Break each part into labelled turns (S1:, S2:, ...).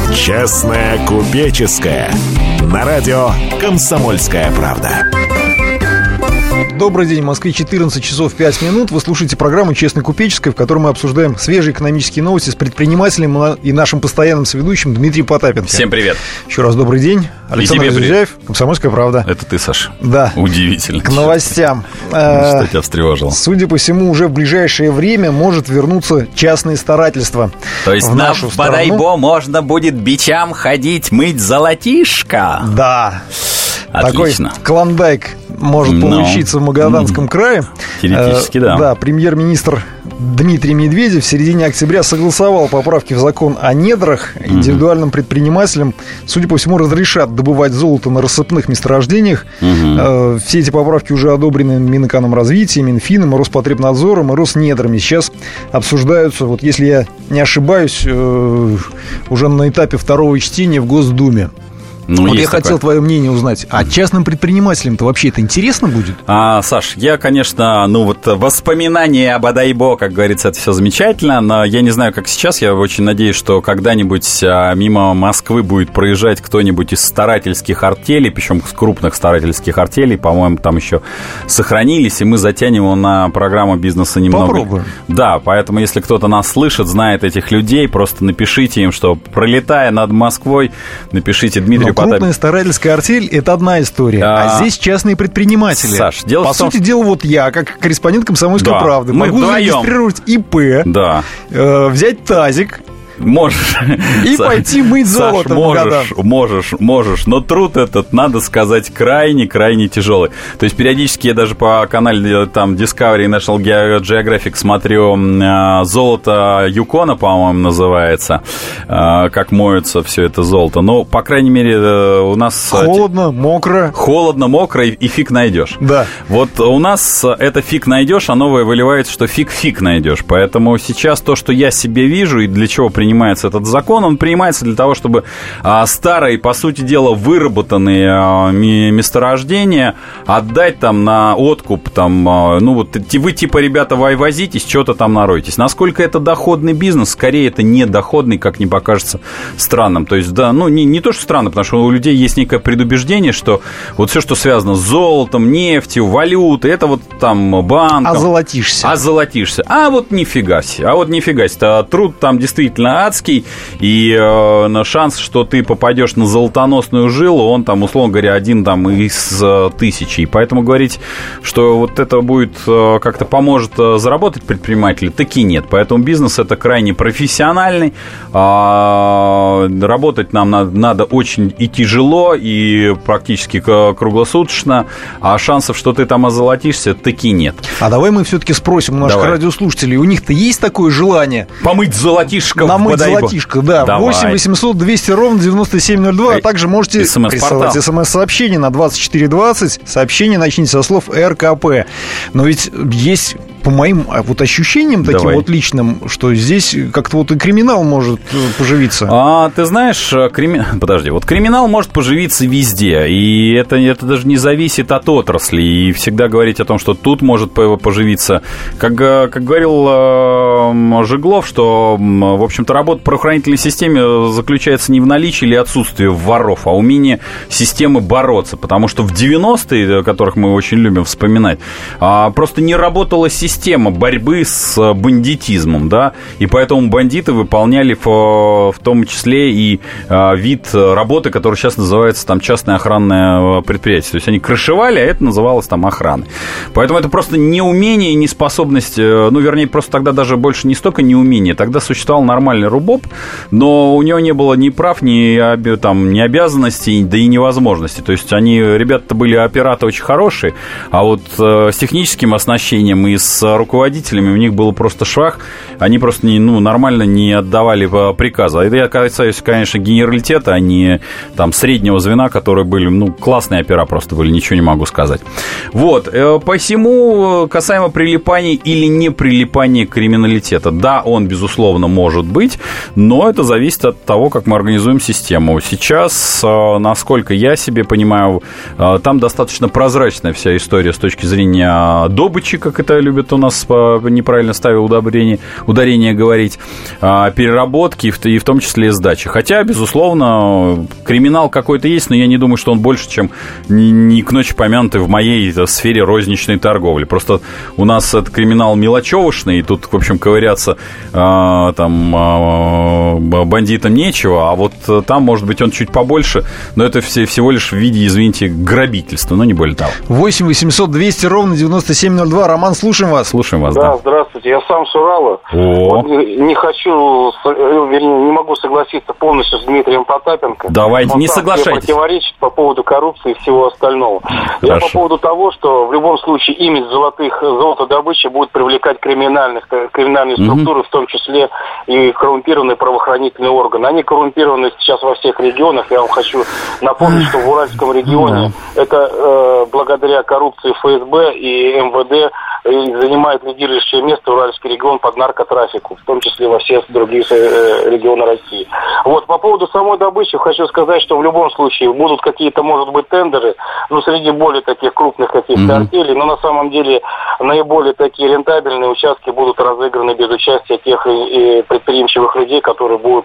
S1: Частная купеческая. На радио «Комсомольская правда».
S2: Добрый день, в Москве 14 часов 5 минут. Вы слушаете программу «Честная купеческая», в которой мы обсуждаем свежие экономические новости с предпринимателем и нашим постоянным соведущим Дмитрием Потапенко.
S3: Всем привет.
S2: Еще раз добрый день. Александр Разузяев, «Комсомольская правда».
S3: Это ты, Саш?
S2: Да.
S3: Удивительно.
S2: К новостям.
S3: Что тебя встревожило?
S2: Судя по всему, уже в ближайшее время может вернуться частное старательство.
S3: То есть нам в Бодайбо можно будет бичам ходить мыть золотишко?
S2: Да.
S3: Отлично.
S2: Такой клондайк может получиться в Магаданском крае.
S3: Теоретически, да.
S2: Да, премьер-министр Дмитрий Медведев в середине октября согласовал поправки в закон о недрах. Индивидуальным предпринимателям, судя по всему, разрешат добывать золото на рассыпных месторождениях. Все эти поправки уже одобрены Минэкономразвития, Минфином, Роспотребнадзором и Роснедрами. Сейчас обсуждаются, вот если я не ошибаюсь, уже на этапе второго чтения в Госдуме. Вот я хотел твое мнение узнать. А частным предпринимателям-то вообще это интересно будет?
S3: Саш, я, конечно, воспоминания об Бодайбо, как говорится, это все замечательно, но я не знаю, как сейчас. Я очень надеюсь, что когда-нибудь мимо Москвы будет проезжать кто-нибудь из старательских артелей, причем с крупных старательских артелей, по-моему, там еще сохранились, и мы затянем его на программу бизнеса немного.
S2: Попробуем.
S3: Да, поэтому, если кто-то нас слышит, знает этих людей, просто напишите им, что, пролетая над Москвой, напишите Дмитрию Потапенко.
S2: Крупная старательская артель – это одна история, а здесь частные предприниматели.
S3: Саш,
S2: по сути дела, вот я, как корреспондент «Комсомольской правды», могу зарегистрировать ИП, взять тазик.
S3: Можешь.
S2: И пойти мыть золото в Магадан.
S3: Можешь. Но труд этот, надо сказать, крайне тяжелый. То есть периодически я даже по канале там Discovery National Geographic смотрю золото Юкона, по-моему, называется, как моется все это золото. Но, по крайней мере, у нас...
S2: Холодно, мокро
S3: и фиг найдешь.
S2: Да.
S3: Вот у нас это фиг найдешь, а новое выливается, что фиг найдешь. Поэтому сейчас то, что я себе вижу и для чего принимается этот закон, он принимается для того, чтобы старые, по сути дела, выработанные месторождения отдать там на откуп, там, вы типа, ребята, возитесь, что-то там наройтесь. Насколько это доходный бизнес? Скорее, это не доходный, как не покажется странным. То есть, да, не то, что странно, потому что у людей есть некое предубеждение, что вот все, что связано с золотом, нефтью, валютой, это вот там банком.
S2: Озолотишься.
S3: А вот нифига себе. Труд там действительно адский, и шанс, что ты попадешь на золотоносную жилу, он там, условно говоря, один там из 1000. И поэтому говорить, что вот это будет как-то поможет заработать предпринимателю, таки нет. Поэтому бизнес это крайне профессиональный. Работать нам надо очень и тяжело, и практически круглосуточно. А шансов, что ты там озолотишься, таки нет.
S2: А давай мы все-таки спросим у наших радиослушателей, у них-то есть такое желание?
S3: Помыть золотишко в
S2: Намыть золотишко, да. 8 800 200 ровно 9702. А также можете присылать смс-сообщение на 2420. Сообщение начните со слов РКП. Но ведь есть, по моим вот ощущениям таким вот личным, что здесь как-то вот и криминал может поживиться.
S3: Ты знаешь, криминал может поживиться везде. И это даже не зависит от отрасли. И всегда говорить о том, что тут может поживиться. Как говорил Жиглов, что, в общем-то, работа в правоохранительной системе заключается не в наличии или отсутствии воров, а умении системы бороться. Потому что в 90-е, которых мы очень любим вспоминать, просто не работала система борьбы с бандитизмом, да, и поэтому бандиты выполняли в том числе и вид работы, который сейчас называется там частное охранное предприятие. То есть они крышевали, а это называлось там охраной. Поэтому это просто неумение и неспособность, вернее, просто тогда даже больше не столько неумение, тогда существовал нормальный РУБОП, но у него не было ни прав, ни обязанностей, да и невозможностей. То есть ребята-то были операторы очень хорошие, а вот с техническим оснащением и с руководителями у них было просто швах, они просто нормально не отдавали приказа. Это я касаюсь, конечно, генералитета, а не там среднего звена, которые были, классные опера просто были, ничего не могу сказать. Вот, посему касаемо прилипаний или не прилипания к криминалитета, да, он, безусловно, может быть, но это зависит от того, как мы организуем систему. Сейчас, насколько я себе понимаю, там достаточно прозрачная вся история с точки зрения добычи, как это любят принято у нас, неправильно ставил ударение говорить, переработки и в том числе и сдачи. Хотя, безусловно, криминал какой-то есть, но я не думаю, что он больше, чем не к ночи помянутый в моей сфере розничной торговли. Просто у нас это криминал мелочевочный, и тут, в общем, ковыряться бандитам нечего, а вот там, может быть, он чуть побольше, но это всего лишь в виде, извините, грабительства, но не более того.
S2: 8 800 200 ровно 9702. Роман, слушаем вас.
S3: Слушаем вас,
S4: да. Здравствуйте, я сам с Урала. Вот не могу согласиться полностью с Дмитрием Потапенко.
S3: Давайте, не соглашайтесь.
S4: Противоречит по поводу коррупции и всего остального.
S3: Хорошо.
S4: Я по поводу того, что в любом случае имидж золотодобычи будет привлекать криминальные структуры, в том числе и коррумпированные правоохранительные органы. Они коррумпированы сейчас во всех регионах. Я вам хочу напомнить, что в Уральском регионе это благодаря коррупции ФСБ и МВД занимает лидирующее место Уральский регион под наркотрафику, в том числе во все другие регионы России. Вот, по поводу самой добычи хочу сказать, что в любом случае будут какие-то, может быть, тендеры, среди более таких крупных каких-то артелей, но на самом деле наиболее такие рентабельные участки будут разыграны без участия тех предприимчивых людей, которые будут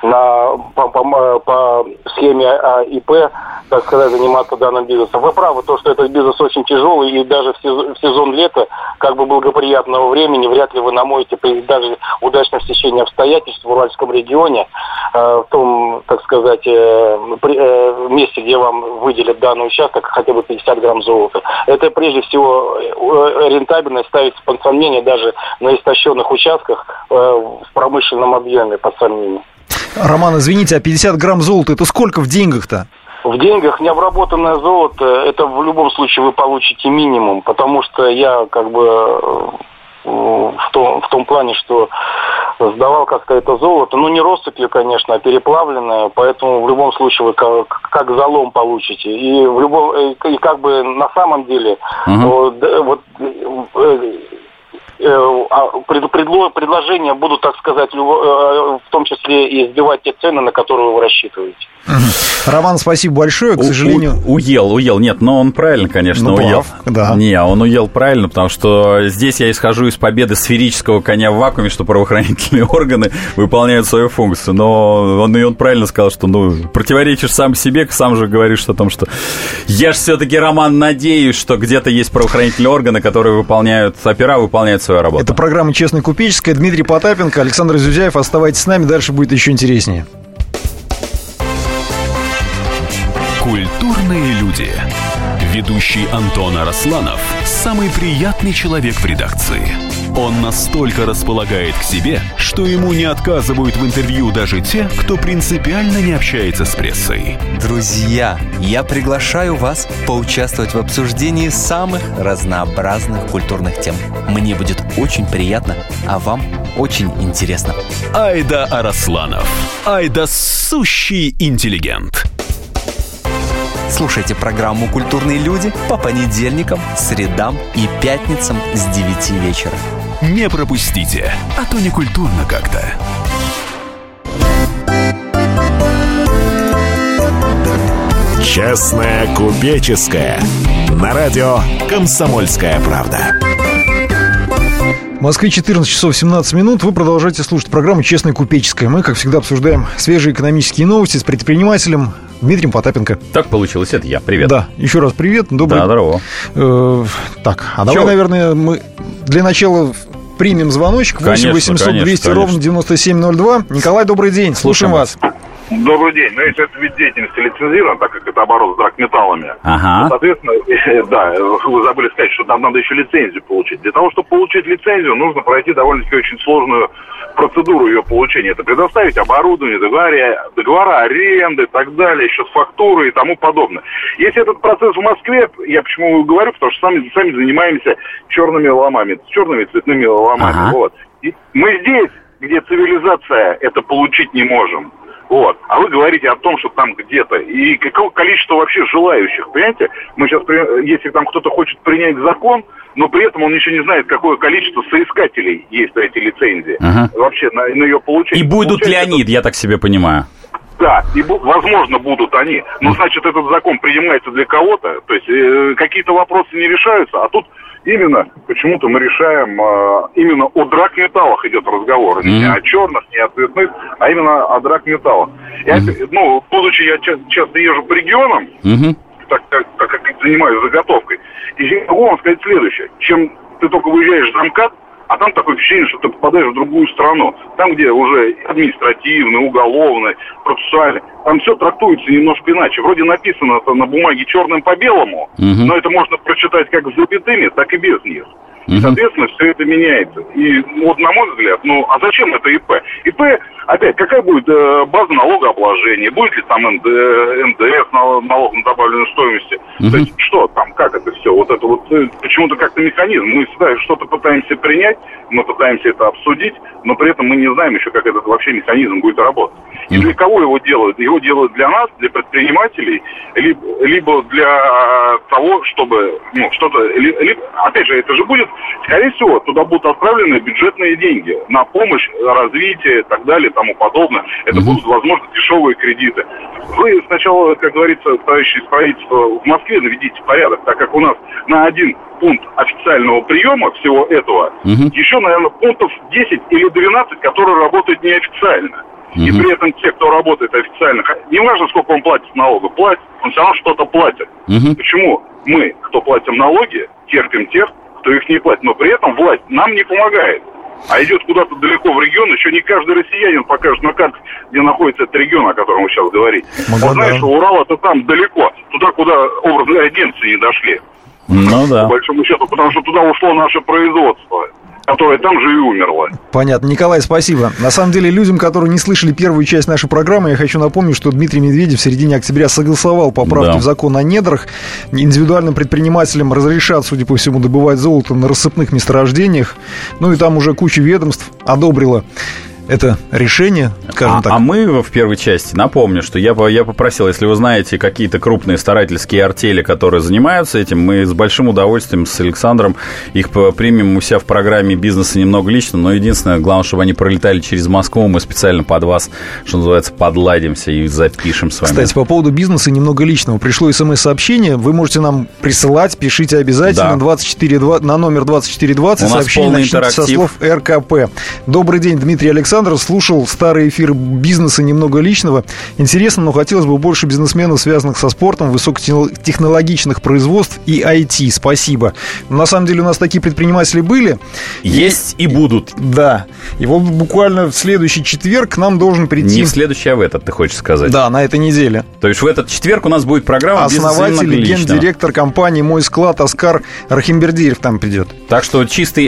S4: по схеме ИП, так сказать, заниматься данным бизнесом. Вы правы, то, что этот бизнес очень тяжелый, и даже в сезон лета, как бы благоприятного времени, вряд ли вы намоете при даже удачном стечении обстоятельств в Уральском регионе, в том, так сказать, месте, где вам выделят данный участок, хотя бы 50 грамм золота. Это прежде всего рентабельность ставится под сомнение даже на истощенных участках в промышленном объеме под сомнение.
S2: Роман, извините, а 50 грамм золота это сколько в деньгах-то?
S4: В деньгах необработанное золото, это в любом случае вы получите минимум, потому что я в том плане, что сдавал как-то это золото, не россыпью, конечно, а переплавленное, поэтому в любом случае вы как залом получите. И на самом деле предложения будут, так сказать, в том числе и сбивать те цены, на которые вы рассчитываете.
S2: Роман, спасибо большое, к сожалению...
S3: Уел. Нет, но он правильно, конечно, уел.
S2: Да.
S3: Не, он уел правильно, потому что здесь я исхожу из победы сферического коня в вакууме, что правоохранительные органы выполняют свою функцию. Но он правильно сказал, что противоречишь сам себе, сам же говоришь о том, что я же все-таки, Роман, надеюсь, что где-то есть правоохранительные органы, которые выполняют свою работу.
S2: Это программа «Честная купеческая». Дмитрий Потапенко, Александр Зюзяев. Оставайтесь с нами, дальше будет еще интереснее.
S5: Культурные люди. Ведущий Антон Арасланов – самый приятный человек в редакции. Он настолько располагает к себе, что ему не отказывают в интервью даже те, кто принципиально не общается с прессой.
S6: Друзья, я приглашаю вас поучаствовать в обсуждении самых разнообразных культурных тем. Мне будет очень приятно, а вам очень интересно.
S5: Айда Арасланов. Айда сущий интеллигент.
S6: Слушайте программу «Культурные люди» по понедельникам, средам и пятницам с 9 вечера.
S5: Не пропустите, а то не культурно как-то.
S1: «Честная купеческая» на радио «Комсомольская правда».
S2: В Москве 14 часов 17 минут. Вы продолжаете слушать программу «Честная купеческая». Мы, как всегда, обсуждаем свежие экономические новости с предпринимателем Дмитрием Потапенко.
S3: Так получилось, это я. Привет.
S2: Да, еще раз привет. Добрый.
S3: Да, здорово.
S2: Давай, наверное, мы для начала примем звоночек. 8 800 200 ровно 9702. Николай, добрый день. Слушаем вас.
S7: Добрый день. Если это вид деятельности лицензирован, так как это оборот с драгметаллами, соответственно, да, вы забыли сказать, что нам надо еще лицензию получить. Для того, чтобы получить лицензию, нужно пройти довольно-таки очень сложную процедуру ее получения. Это предоставить оборудование, договора аренды и так далее, еще с фактурой и тому подобное. Если этот процесс в Москве, я почему говорю, потому что сами занимаемся черными ломами, черными цветными ломами. Вот. И мы здесь, где цивилизация, это получить не можем. Вот. А вы говорите о том, что там где-то. И какое количество вообще желающих, понимаете? Мы сейчас, если там кто-то хочет принять закон, но при этом он еще не знает, какое количество соискателей есть на эти лицензии. Вообще на ее получение.
S3: И будут ли они, я так себе понимаю?
S7: Да, и, возможно, будут они. Но, значит, этот закон принимается для кого-то. То есть какие-то вопросы не решаются, а тут именно почему-то мы решаем, именно о драгметаллах идет разговор. Не о черных, не о цветных, а именно о драгметаллах. Будучи я часто езжу по регионам, так как занимаюсь заготовкой, и я могу вам сказать следующее. Чем ты только выезжаешь за МКАД, а там такое впечатление, что ты попадаешь в другую страну. Там, где уже административный, уголовный, процессуальный, там все трактуется немножко иначе. Вроде написано это на бумаге черным по белому, но это можно прочитать как с запятыми, так и без них. И, соответственно, все это меняется. И вот, на мой взгляд, а зачем это ИП? ИП, опять, какая будет база налогообложения? Будет ли там НДС, налог на добавленную стоимость? То есть, что там, как это все? Вот это вот почему-то как-то механизм. Мы всегда что-то пытаемся принять, мы пытаемся это обсудить, но при этом мы не знаем еще, как этот вообще механизм будет работать. И для кого его делают? Его делают для нас, для предпринимателей, либо для того, чтобы, что-то... Опять же, это же будет, скорее всего, туда будут отправлены бюджетные деньги на помощь, развитие и так далее, и тому подобное. Это будут, возможно, дешевые кредиты. Вы сначала, как говорится, товарищи из правительства, в Москве наведите порядок, так как у нас на один пункт официального приема всего этого еще, наверное, пунктов 10 или 12, которые работают неофициально. И при этом те, кто работает официально, не важно, сколько он платит налогов, он все равно что-то платит. Почему мы, кто платим налоги, терпим тех, кто их не платит, но при этом власть нам не помогает, а идет куда-то далеко в регион, еще не каждый россиянин покажет на карте, где находится этот регион, о котором вы сейчас говорите. Вот знаешь, что Урал это там далеко, туда, куда образные агенции не дошли. По большому счету, потому что туда ушло наше производство, которая там же и умерла.
S2: Понятно. Николай, спасибо. На самом деле, людям, которые не слышали первую часть нашей программы, я хочу напомнить, что Дмитрий Медведев в середине октября согласовал поправки в закон о недрах. Индивидуальным предпринимателям разрешат, судя по всему, добывать золото на рассыпных месторождениях. И там уже куча ведомств одобрила это решение, скажем так.
S3: А мы в первой части, напомню, что я попросил, если вы знаете какие-то крупные старательские артели, которые занимаются этим, мы с большим удовольствием с Александром их примем у себя в программе «Бизнеса немного лично», но единственное, главное, чтобы они пролетали через Москву, мы специально под вас, что называется, подладимся и запишем с вами.
S2: Кстати, по поводу бизнеса немного личного. Пришло СМС-сообщение, вы можете нам присылать, пишите обязательно на номер 2420, сообщение начните со слов РКП. Добрый день, Дмитрий Александрович. Слушал старый эфир «Бизнеса немного личного». Интересно, но хотелось бы больше бизнесменов, связанных со спортом, высокотехнологичных производств и IT. Спасибо. Но на самом деле у нас такие предприниматели были.
S3: Есть и будут.
S2: Да. И вот буквально в следующий четверг к нам должен прийти...
S3: Не в следующий, а в этот, ты хочешь сказать?
S2: Да, на этой неделе.
S3: То есть в этот четверг у нас будет программа «Бизнеса немного личного».
S2: Основатель, гендиректор компании «Мой склад» Оскар Рахимбердиев там придет.
S3: Так что чистый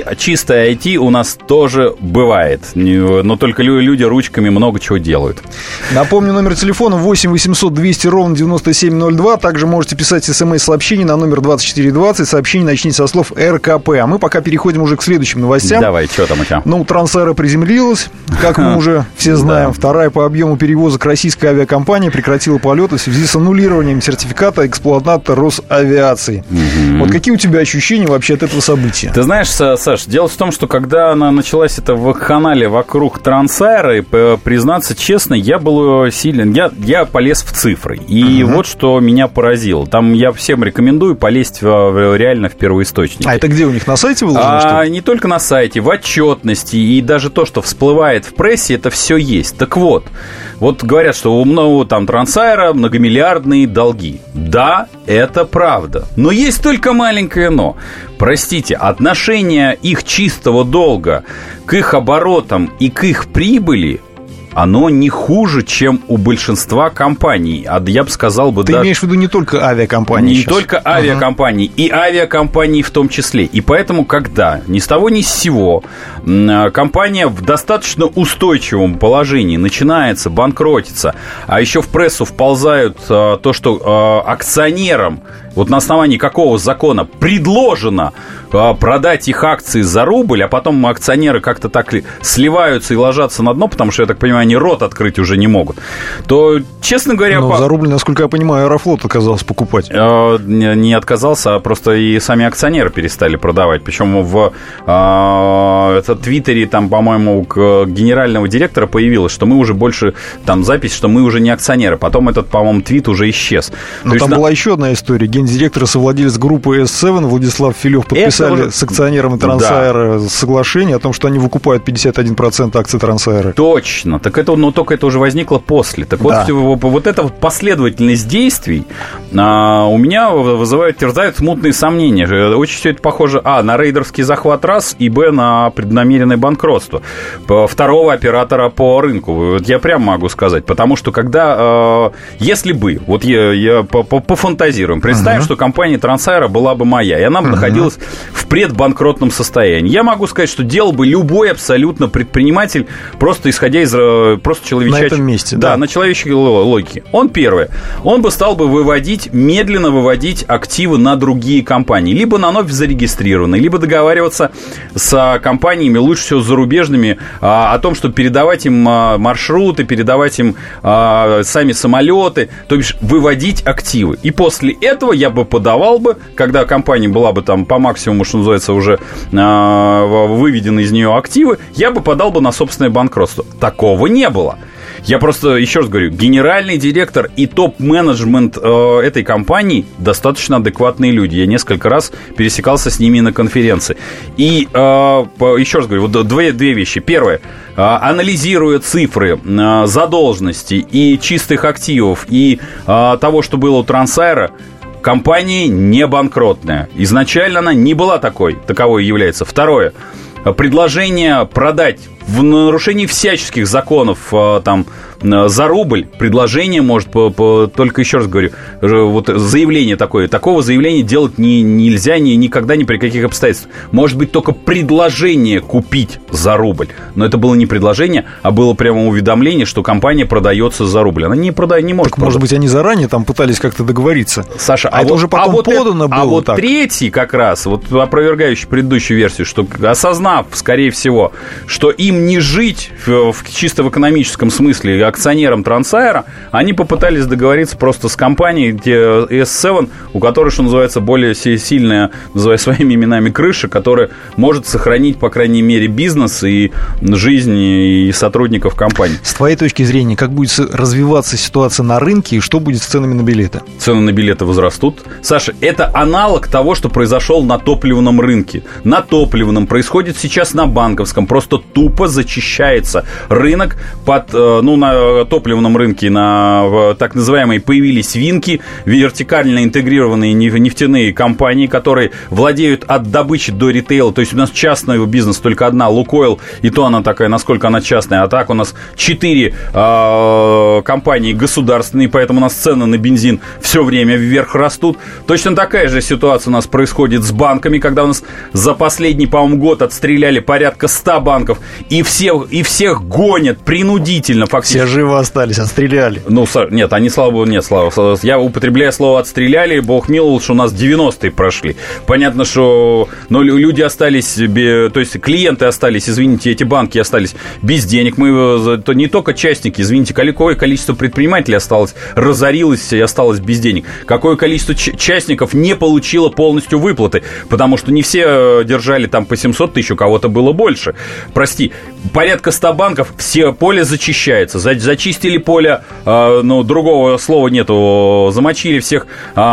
S3: IT у нас тоже бывает. Но только люди ручками много чего делают.
S2: Напомню, номер телефона 8 800 200 ровно 9702. Также можете писать смс-сообщение на номер 2420. Сообщение начните со слов РКП. А мы пока переходим уже к следующим новостям.
S3: Давай, что там у тебя?
S2: Трансаэро приземлилась, как мы уже все знаем. Вторая по объему перевозок российская авиакомпания прекратила полеты в связи с аннулированием сертификата эксплуатанта Росавиации. Вот какие у тебя ощущения вообще от этого события?
S3: Ты знаешь, Саш, дело в том, что когда началась эта вакханалия вокруг Трансаэро, признаться честно, я был силен. Я полез в цифры. И вот что меня поразило. Там я всем рекомендую полезть реально в первоисточники.
S2: А это где у них, на сайте выложено?
S3: Не только на сайте, в отчетности. И даже то, что всплывает в прессе, это все есть. Так вот говорят, что у там Трансаэро многомиллиардные долги. Да, это правда. Но есть только маленькое но. Простите, отношение их чистого долга к их оборотам и к их прибыли, оно не хуже, чем у большинства компаний. Я бы сказал бы...
S2: Ты имеешь в виду не только авиакомпании?
S3: Не только авиакомпании, и авиакомпании в том числе. И поэтому, когда ни с того ни с сего компания в достаточно устойчивом положении начинается банкротиться, а еще в прессу вползают то, что акционерам Вот на основании какого закона предложено продать их акции за рубль, а потом акционеры как-то так сливаются и ложатся на дно, потому что, я так понимаю, они рот открыть уже не могут, то, честно говоря...
S2: Но за рубль, насколько я понимаю, Аэрофлот отказался покупать.
S3: Не отказался, а просто и сами акционеры перестали продавать. Причем в Твиттере, там, по-моему, генерального директора появилось, что мы уже больше... Там запись, что мы уже не акционеры. Потом этот, по-моему, твит уже исчез.
S2: Но там была еще одна история. Гендиректор и совладелец группы S7 Владислав Филев подписали с акционерами Трансаэро соглашение о том, что они выкупают 51% акций Трансаэро.
S3: Точно. Так это, но только это уже возникло после. Так да. Вот эта последовательность действий у меня терзают смутные сомнения. Очень все это похоже, на рейдерский захват раз, и на преднамеренное банкротство второго оператора по рынку. Вот я прямо могу сказать. Потому что когда... если бы, вот я пофантазируем, представим, что компания Трансаэро была бы моя, и она бы находилась в предбанкротном состоянии. Я могу сказать, что делал бы любой абсолютно предприниматель, просто исходя из просто человеческой...
S2: На этом месте,
S3: да. На человеческой логике. Он первое. Он бы стал бы медленно выводить активы на другие компании. Либо на вновь зарегистрированные, либо договариваться с компаниями, лучше всего зарубежными, о том, чтобы передавать им маршруты, передавать им сами самолеты, то бишь выводить активы. И после этого я бы подавал бы, когда компания была бы там по максимуму, что называется, уже выведены из нее активы, я бы подал бы на собственное банкротство. Такого не было. Я просто, еще раз говорю, генеральный директор и топ-менеджмент этой компании достаточно адекватные люди. Я несколько раз пересекался с ними на конференции. И еще раз говорю, вот две вещи. Первое. Анализируя цифры задолженности и чистых активов, и того, что было у Трансаэро, компания не банкротная. Изначально она не была таковой является. Второе. Предложение продать в нарушении всяческих законов там, за рубль, предложение может, только еще раз говорю, вот заявление такого заявления делать нельзя никогда ни при каких обстоятельствах. Может быть только предложение купить за рубль, но это было не предложение, а было прямо уведомление, что компания продается за рубль. Она не может продать.
S2: Может быть, они заранее там пытались как-то договориться.
S3: Саша,
S2: это уже потом подано было.
S3: А вот третий как раз, вот опровергающий предыдущую версию, что осознав, скорее всего, что им не жить чисто в экономическом смысле акционерам Трансаэро, они попытались договориться просто с компанией S7, у которой, что называется, более сильная, называя своими именами, крыша, которая может сохранить, по крайней мере, бизнес и жизнь и сотрудников компании.
S2: С твоей точки зрения, как будет развиваться ситуация на рынке и что будет с ценами на билеты?
S3: Цены на билеты возрастут. Саша, это аналог того, что произошел на топливном рынке. На топливном происходит сейчас на банковском. Просто тупо зачищается рынок на топливном рынке, на так называемые появились свинки, вертикально интегрированные нефтяные компании, которые владеют от добычи до ритейла. То есть у нас частный бизнес только одна, Лукойл, и то она такая, насколько она частная. А так у нас 4 компании государственные, поэтому у нас цены на бензин все время вверх растут. Точно такая же ситуация у нас происходит с банками, когда у нас за последний, по-моему, год отстреляли порядка 100 банков, и всех гонят принудительно фактически.
S2: Все живы остались, отстреляли.
S3: Нет, они, слава богу, нет, слава. Я употребляю слово «отстреляли», бог миловал, что у нас 90-е прошли. Понятно, что люди остались, то есть клиенты остались, извините, эти банки остались без денег. То не только частники, извините, какое количество предпринимателей осталось, разорилось и осталось без денег. Какое количество частников не получило полностью выплаты, потому что не все держали там по 700 тысяч, у кого-то было больше. Прости, порядка 100 банков, все поле зачищается. Зачистили поле, другого слова нету, замочили всех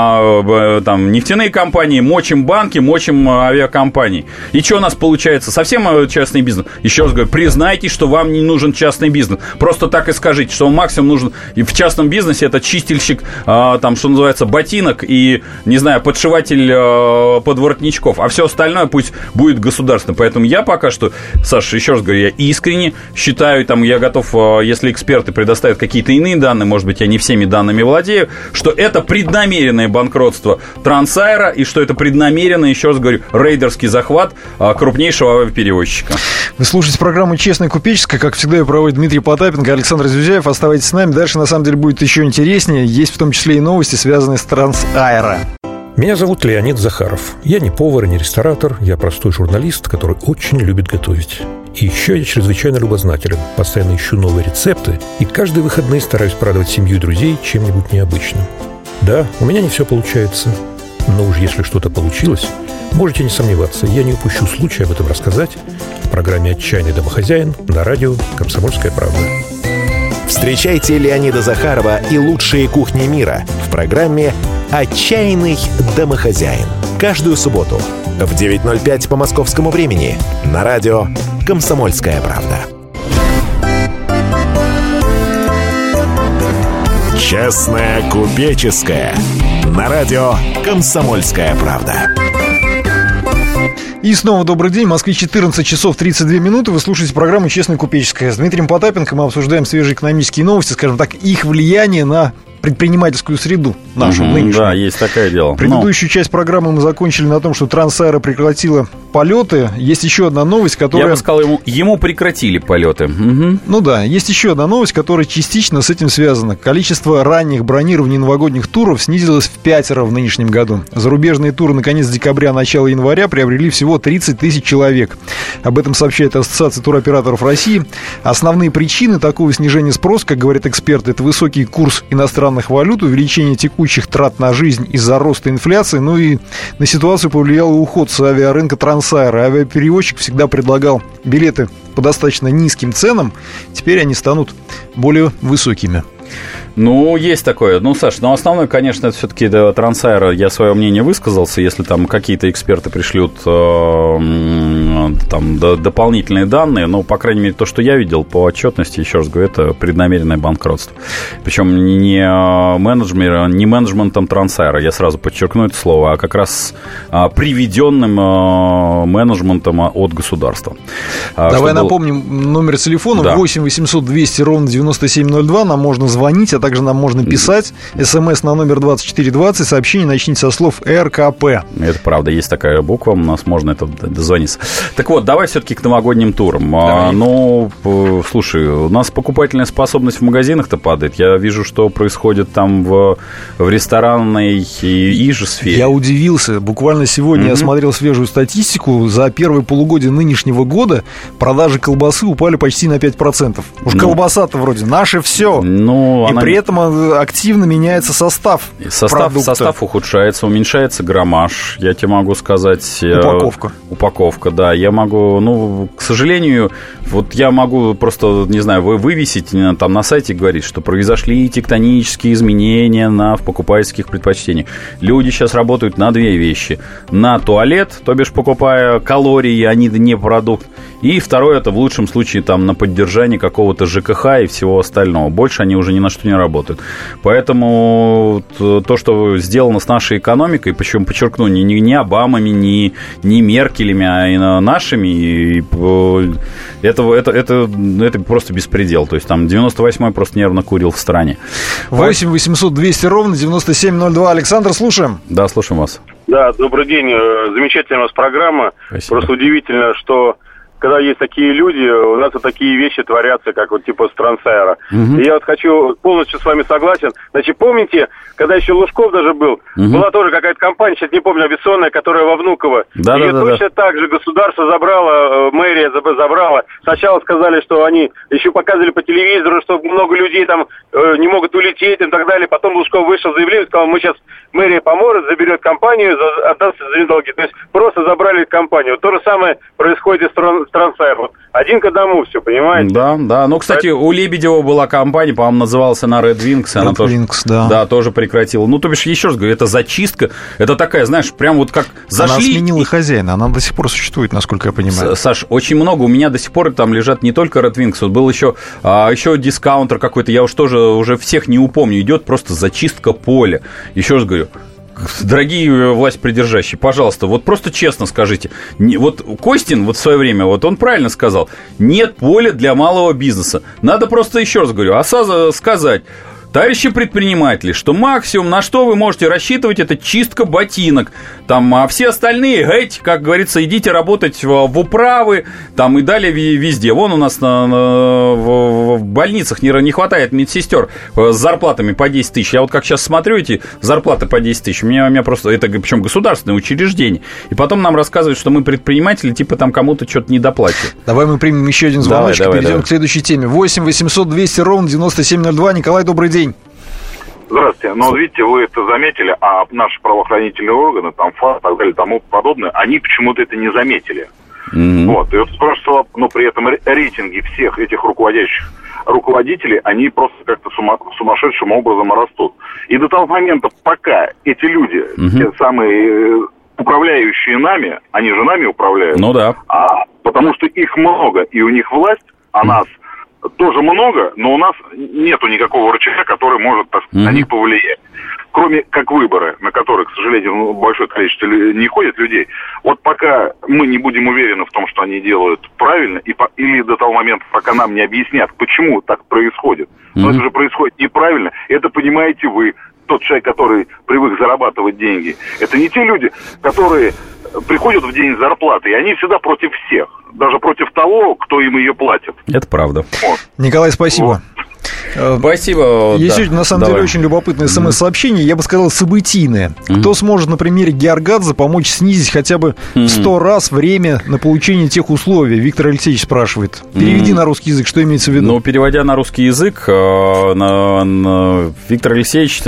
S3: там нефтяные компании, мочим банки, мочим авиакомпании. И что у нас получается? Совсем частный бизнес. Еще раз говорю, признайте, что вам не нужен частный бизнес. Просто так и скажите, что вам максимум нужен и в частном бизнесе это чистильщик, там, что называется, ботинок и, не знаю, подшиватель подворотничков. А все остальное пусть будет государственным. Поэтому я пока что, Саша, еще раз говорю, я искренне считаю, там, я готов, если эксперты предоставят какие-то иные данные, может быть, я не всеми данными владею, что это преднамеренное банкротство Трансаэро и что это преднамеренный, еще раз говорю, рейдерский захват крупнейшего авиаперевозчика.
S2: Вы слушаете программу «Честная купеческая». Как всегда, ее проводит Дмитрий Потапенко, Александр Зюзяев. Оставайтесь с нами. Дальше, на самом деле, будет еще интереснее. Есть в том числе и новости, связанные с Трансаэро.
S8: Меня зовут Леонид Захаров. Я не повар и не ресторатор, я простой журналист, который очень любит готовить. И еще я чрезвычайно любознателен, постоянно ищу новые рецепты и каждые выходные стараюсь порадовать семью и друзей чем-нибудь необычным. Да, у меня не все получается, но уж если что-то получилось, можете не сомневаться, я не упущу случая об этом рассказать в программе «Отчаянный домохозяин» на радио «Комсомольская правда».
S1: Встречайте Леонида Захарова и лучшие кухни мира в программе «Отчаянный домохозяин». Каждую субботу в 9:05 по московскому времени на радио «Комсомольская правда». Честная купеческая на радио «Комсомольская правда».
S2: И снова добрый день. В Москве 14 часов 32 минуты. Вы слушаете программу «Честная купеческая». С Дмитрием Потапенко мы обсуждаем свежие экономические новости, скажем так, их влияние на предпринимательскую среду нашу, нынешнюю.
S3: Да, есть такое дело.
S2: Предыдущую часть программы мы закончили на том, что Трансаэро прекратила полеты. Есть еще одна новость, которая...
S3: Я бы сказал, ему прекратили полеты.
S2: Ну да, есть еще одна новость, которая частично с этим связана. Количество ранних бронирований новогодних туров снизилось в 5-раз в нынешнем году. Зарубежные туры на конец декабря, начало января приобрели всего 30 тысяч человек. Об этом сообщает Ассоциация туроператоров России. Основные причины такого снижения спроса, как говорят эксперты, это высокий курс иностранных валют, увеличение текущих трат на жизнь из-за роста инфляции, ну и на ситуацию повлиял уход с авиарынка Трансаэро. Авиаперевозчик всегда предлагал билеты по достаточно низким ценам, теперь они станут более высокими.
S3: Ну, есть такое. Ну, Саш, но основное, конечно, это все-таки Трансаэро. Я свое мнение высказался. Если там какие-то эксперты пришлют там дополнительные данные, ну, по крайней мере, то, что я видел по отчетности, еще раз говорю, это преднамеренное банкротство. Причем не менеджментом Трансаэро, я сразу подчеркну это слово, а как раз приведенным менеджментом от государства.
S2: Давай напомним номер телефона, да. 8 800 200 ровно 9702. Нам можно звонить, а также нам можно писать. СМС на номер 2420. Сообщение начните со слов РКП.
S3: Это правда, есть такая буква, у нас можно это дозвониться. Так вот, давай все-таки к новогодним турам. Ну, слушай, у нас покупательная способность в магазинах-то падает. Я вижу, что происходит там в ресторанной и же сфере.
S2: Я удивился. Буквально сегодня я смотрел свежую статистику. За первое полугодие нынешнего года продажи колбасы упали почти на 5%. Уж колбаса-то вроде наше все.
S3: Ну,
S2: и при этом активно меняется состав продукта.
S3: Состав ухудшается, уменьшается граммаж, я тебе могу сказать. Упаковка, да. Я могу, ну, к сожалению, вот я могу просто, не знаю, вывесить там на сайте, говорить, что произошли тектонические изменения в покупательских предпочтениях. Люди сейчас работают на две вещи. На туалет, то бишь покупая калории, а не продукт. И второе, это в лучшем случае там на поддержание какого-то ЖКХ и всего остального. Больше они уже ни на что не работают. Поэтому то, что сделано с нашей экономикой, причем, подчеркну, не Обамами, не Меркелями, а и нашими, это просто беспредел. То есть там 98-й просто нервно курил в стране.
S2: 8 800 200 ровно 9702. Александр, слушаем.
S3: Да, слушаем вас.
S9: Да, добрый день. Замечательная у вас программа.
S3: Спасибо.
S9: Просто удивительно, что когда есть такие люди, у нас вот такие вещи творятся, как вот типа с Трансаэро. И я вот хочу, полностью с вами согласен. Значит, помните, когда еще Лужков даже был, была тоже какая-то компания, сейчас не помню, авиационная, которая во Внуково. Ее точно так же государство забрало, мэрия забрала. Сначала сказали, что они еще показывали по телевизору, что много людей там не могут улететь и так далее. Потом Лужков вышел заявление, сказал, мы сейчас, мэрия поможет, заберет компанию, отдаст за долги. То есть просто забрали компанию. Вот то же самое происходит с Трансаэро. Один к одному все, понимаете?
S3: Да, да. Ну, кстати, у Лебедева была компания, по-моему, называлась она Red Wings. Она тоже прекратила. Ну, то бишь, еще раз говорю, это зачистка. Это такая, знаешь, прям вот как зашли...
S2: Она сменила хозяина, она до сих пор существует, насколько я понимаю.
S3: Саш, очень много. У меня до сих пор там лежат не только Red Wings, вот был еще дискаунтер какой-то, я уж тоже уже всех не упомню. Идет просто зачистка поля. Еще раз говорю, дорогие властьпридержащие, пожалуйста, вот просто честно скажите, вот Костин вот в свое время, вот он правильно сказал, нет поля для малого бизнеса. Надо просто, еще раз говорю, сказать, товарищи предприниматели, что максимум, на что вы можете рассчитывать, это чистка ботинок. Там, а все остальные, как говорится, идите работать в управы, там и далее везде. Вон у нас в больницах не хватает медсестер с зарплатами по 10 тысяч. Я вот как сейчас смотрю эти зарплаты по 10 тысяч, у меня просто, это причем государственное учреждение. И потом нам рассказывают, что мы предприниматели, типа там кому-то что-то недоплатят.
S2: Давай мы примем еще один звоночек и перейдем к следующей теме. 8 800 200 ровно 9702. Николай, добрый день.
S7: Здравствуйте. Ну, видите, вы это заметили, а наши правоохранительные органы, там, ФАС и так далее, тому подобное, они почему-то это не заметили. Вот. И вот спрашиваю, но при этом рейтинги всех этих руководителей, они просто как-то сумасшедшим образом растут. И до того момента, пока эти люди, те самые управляющие нами, они же нами управляют.
S3: Ну да.
S7: Потому что их много, и у них власть, а нас тоже много, но у нас нету никакого рычага, который может на них повлиять. Кроме как выборы, на которые, к сожалению, большое количество не ходит людей. Вот пока мы не будем уверены в том, что они делают правильно, или до того момента, пока нам не объяснят, почему так происходит. Но это же происходит неправильно. Это понимаете вы, тот человек, который привык зарабатывать деньги. Это не те люди, которые приходят в день зарплаты, и они всегда против всех. Даже против того, кто им ее платит.
S3: Это правда.
S2: Вот. Николай, спасибо.
S3: Вот. Спасибо.
S2: Есть на самом деле очень любопытное СМС-сообщение, я бы сказал, событийное. Кто сможет на примере Георгадзе помочь снизить хотя бы в 100 раз время на получение тех условий? Виктор Алексеевич спрашивает. Переведи на русский язык, что имеется в виду?
S3: Ну, переводя на русский язык, Виктор Алексеевич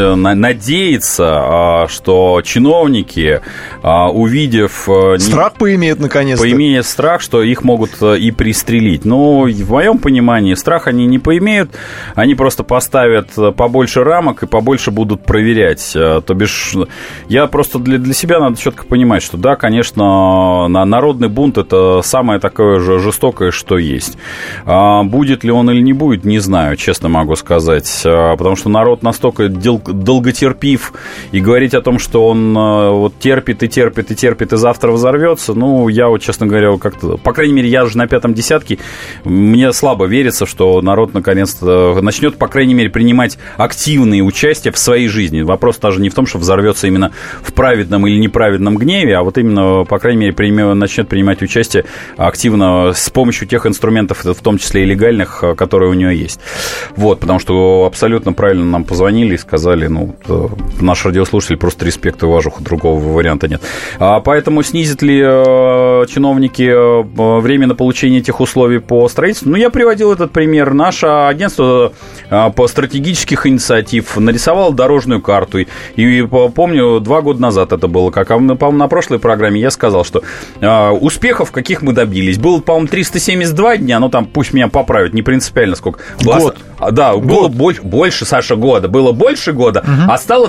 S3: надеется, что чиновники, увидев...
S2: Страх поимеют, наконец-то.
S3: Поимеют страх, что их могут и пристрелить. Но в моем понимании страх они не поимеют, они просто поставят побольше рамок и побольше будут проверять. То бишь, я просто для себя надо четко понимать, что да, конечно, народный бунт – это самое такое же жестокое, что есть. Будет ли он или не будет, не знаю, честно могу сказать. Потому что народ настолько долготерпив, и говорить о том, что он вот терпит и завтра взорвется, ну, я вот, честно говоря, как-то, по крайней мере, я уже на 5-м десятке, мне слабо верится, что народ наконец-то начнет, по крайней мере, принимать активные участия в своей жизни. Вопрос даже не в том, что взорвется именно в праведном или неправедном гневе, а вот именно, по крайней мере, начнет принимать участие активно с помощью тех инструментов, в том числе и легальных, которые у нее есть. Вот, потому что абсолютно правильно нам позвонили и сказали, ну, наш радиослушатель, просто респект и уважуха, другого варианта нет. Поэтому снизит ли чиновники время на получение этих условий по строительству? Ну, я приводил этот пример. Наше агентство по стратегических инициатив нарисовало дорожную карту. И помню, 2 года назад это было, как, по-моему, на прошлой программе я сказал, что успехов каких мы добились. Было, по-моему, 372 дня, ну, там, пусть меня поправят, не принципиально сколько.
S2: Год.
S3: Да, было больше, Саша, года. Было больше года, а стало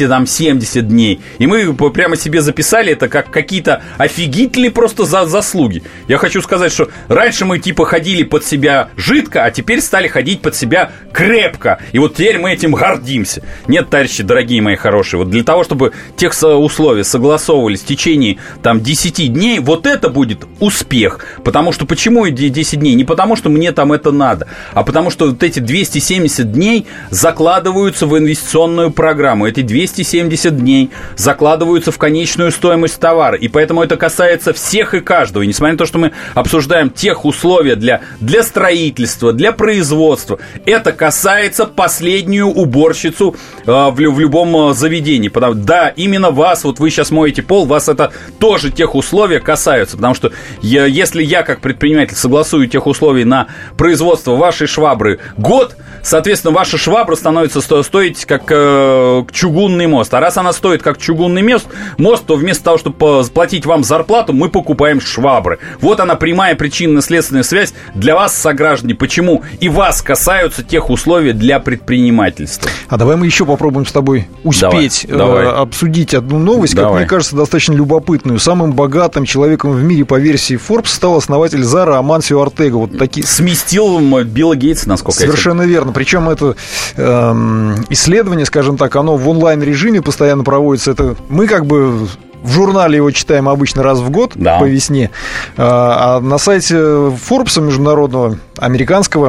S3: 270 дней. И мы прямо себе записали это как какие-то офигительные просто заслуги. Я хочу сказать, что раньше мы типа ходили под себя жидко, а теперь стали ходить под себя крепко. И вот теперь мы этим гордимся. Нет, товарищи, дорогие мои хорошие, вот для того, чтобы тех условий согласовывались в течение там 10 дней, вот это будет успех. Потому что почему 10 дней? Не потому, что мне там это надо, а потому что вот эти 270 дней закладываются в инвестиционную программу. Эти 270 дней закладываются в конечную стоимость товара. И поэтому это касается всех и каждого. И несмотря на то, что мы обсуждаем тех условия для строительства, для производства, это касается последнюю уборщицу в любом заведении. Да, именно вас, вот вы сейчас моете пол, вас это тоже тех условий касаются. Потому что если я, как предприниматель, согласую тех условий на производство вашей швабры год, соответственно, ваша швабра становится стоить как чугунный мост. А раз она стоит как чугунный мост, то вместо того, чтобы заплатить вам зарплату, мы покупаем швабры. Вот она, прямая причинно-следственная связь для вас, сограждане. Почему и вас касаются тех условий для предпринимательства.
S2: А давай мы еще попробуем с тобой успеть обсудить одну новость, как мне кажется, достаточно любопытную. Самым богатым человеком в мире по версии Forbes стал основатель Zara Амансио Ортега. Вот такие...
S3: Сместил Билла Гейтса, насколько
S2: Совершенно верно. Причем это исследование, скажем так, оно в онлайн-режиме постоянно проводится. Это мы как бы... В журнале его читаем обычно раз в год, по весне. А на сайте Forbes, международного, американского,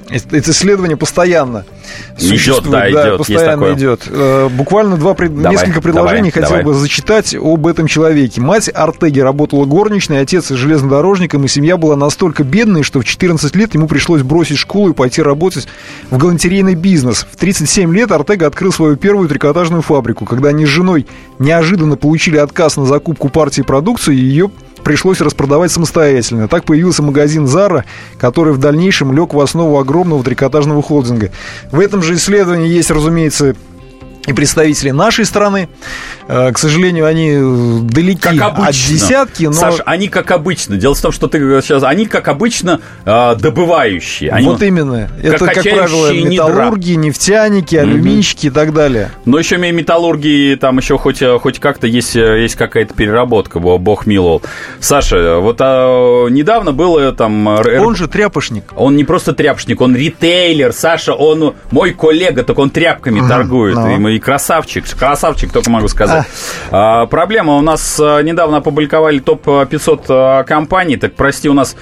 S2: Это исследование постоянно существует.
S3: Идет,
S2: постоянно идет. Буквально несколько предложений хотел бы зачитать об этом человеке. Мать Ортеги работала горничной, отец железнодорожником, и семья была настолько бедной, что в 14 лет ему пришлось бросить школу и пойти работать в галантерейный бизнес. В 37 лет Ортега открыл свою первую трикотажную фабрику. Когда они с женой неожиданно получили отказ на закупку партии продукции, ее пришлось распродавать самостоятельно. Так появился магазин Zara, который в дальнейшем лег в основу огромного трикотажного холдинга. В этом же исследовании есть, разумеется, и представители нашей страны. К сожалению, они далеки от десятки. Но...
S3: Саш, они как обычно. Дело в том, что ты сейчас... Они как обычно добывающие. Они
S2: вот именно. Это, как правило, металлурги, нефтяники, алюминщики и так далее.
S3: Но еще металлурги, там еще хоть как-то есть какая-то переработка, бог миловал. Саша, вот недавно было там...
S2: Он же тряпочник.
S3: Он не просто тряпочник, он ритейлер. Саша, он мой коллега, только он тряпками торгует. И красавчик, только могу сказать. Проблема, у нас недавно опубликовали топ-500 компаний, так прости, у нас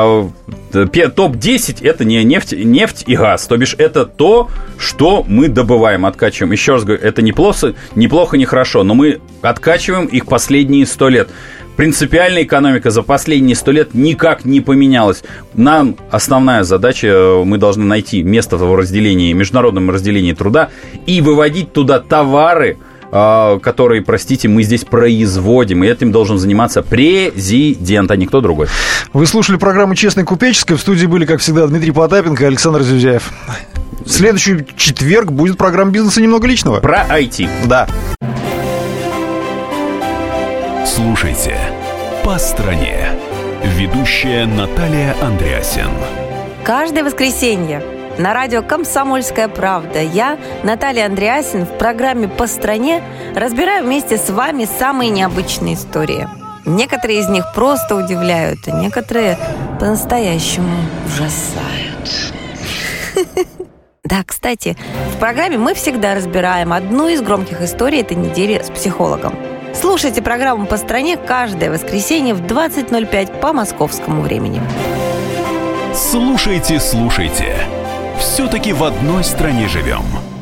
S3: топ-10 это не нефть и газ, то бишь это то, что мы добываем, откачиваем. Еще раз говорю, это неплохо, не хорошо, но мы откачиваем их последние 100 лет. Принципиальная экономика за последние 100 лет никак не поменялась. Нам основная задача, мы должны найти место в разделении, международном разделении труда и выводить туда товары, которые, простите, мы здесь производим. И этим должен заниматься президент, а не кто другой.
S2: Вы слушали программу «Честная купеческая». В студии были, как всегда, Дмитрий Потапенко и Александр Зюзяев. В следующий четверг будет программа «Бизнеса немного личного».
S3: Про IT.
S2: Да.
S5: Слушайте «По стране». Ведущая Наталья Андреасен.
S10: Каждое воскресенье на радио «Комсомольская правда» я, Наталья Андреасен, в программе «По стране» разбираю вместе с вами самые необычные истории. Некоторые из них просто удивляют, а некоторые по-настоящему ужасают. Да, кстати, в программе мы всегда разбираем одну из громких историй этой недели с психологом. Слушайте программу «По стране» каждое воскресенье в 20:05 по московскому времени.
S5: Слушайте. Все-таки в одной стране живем.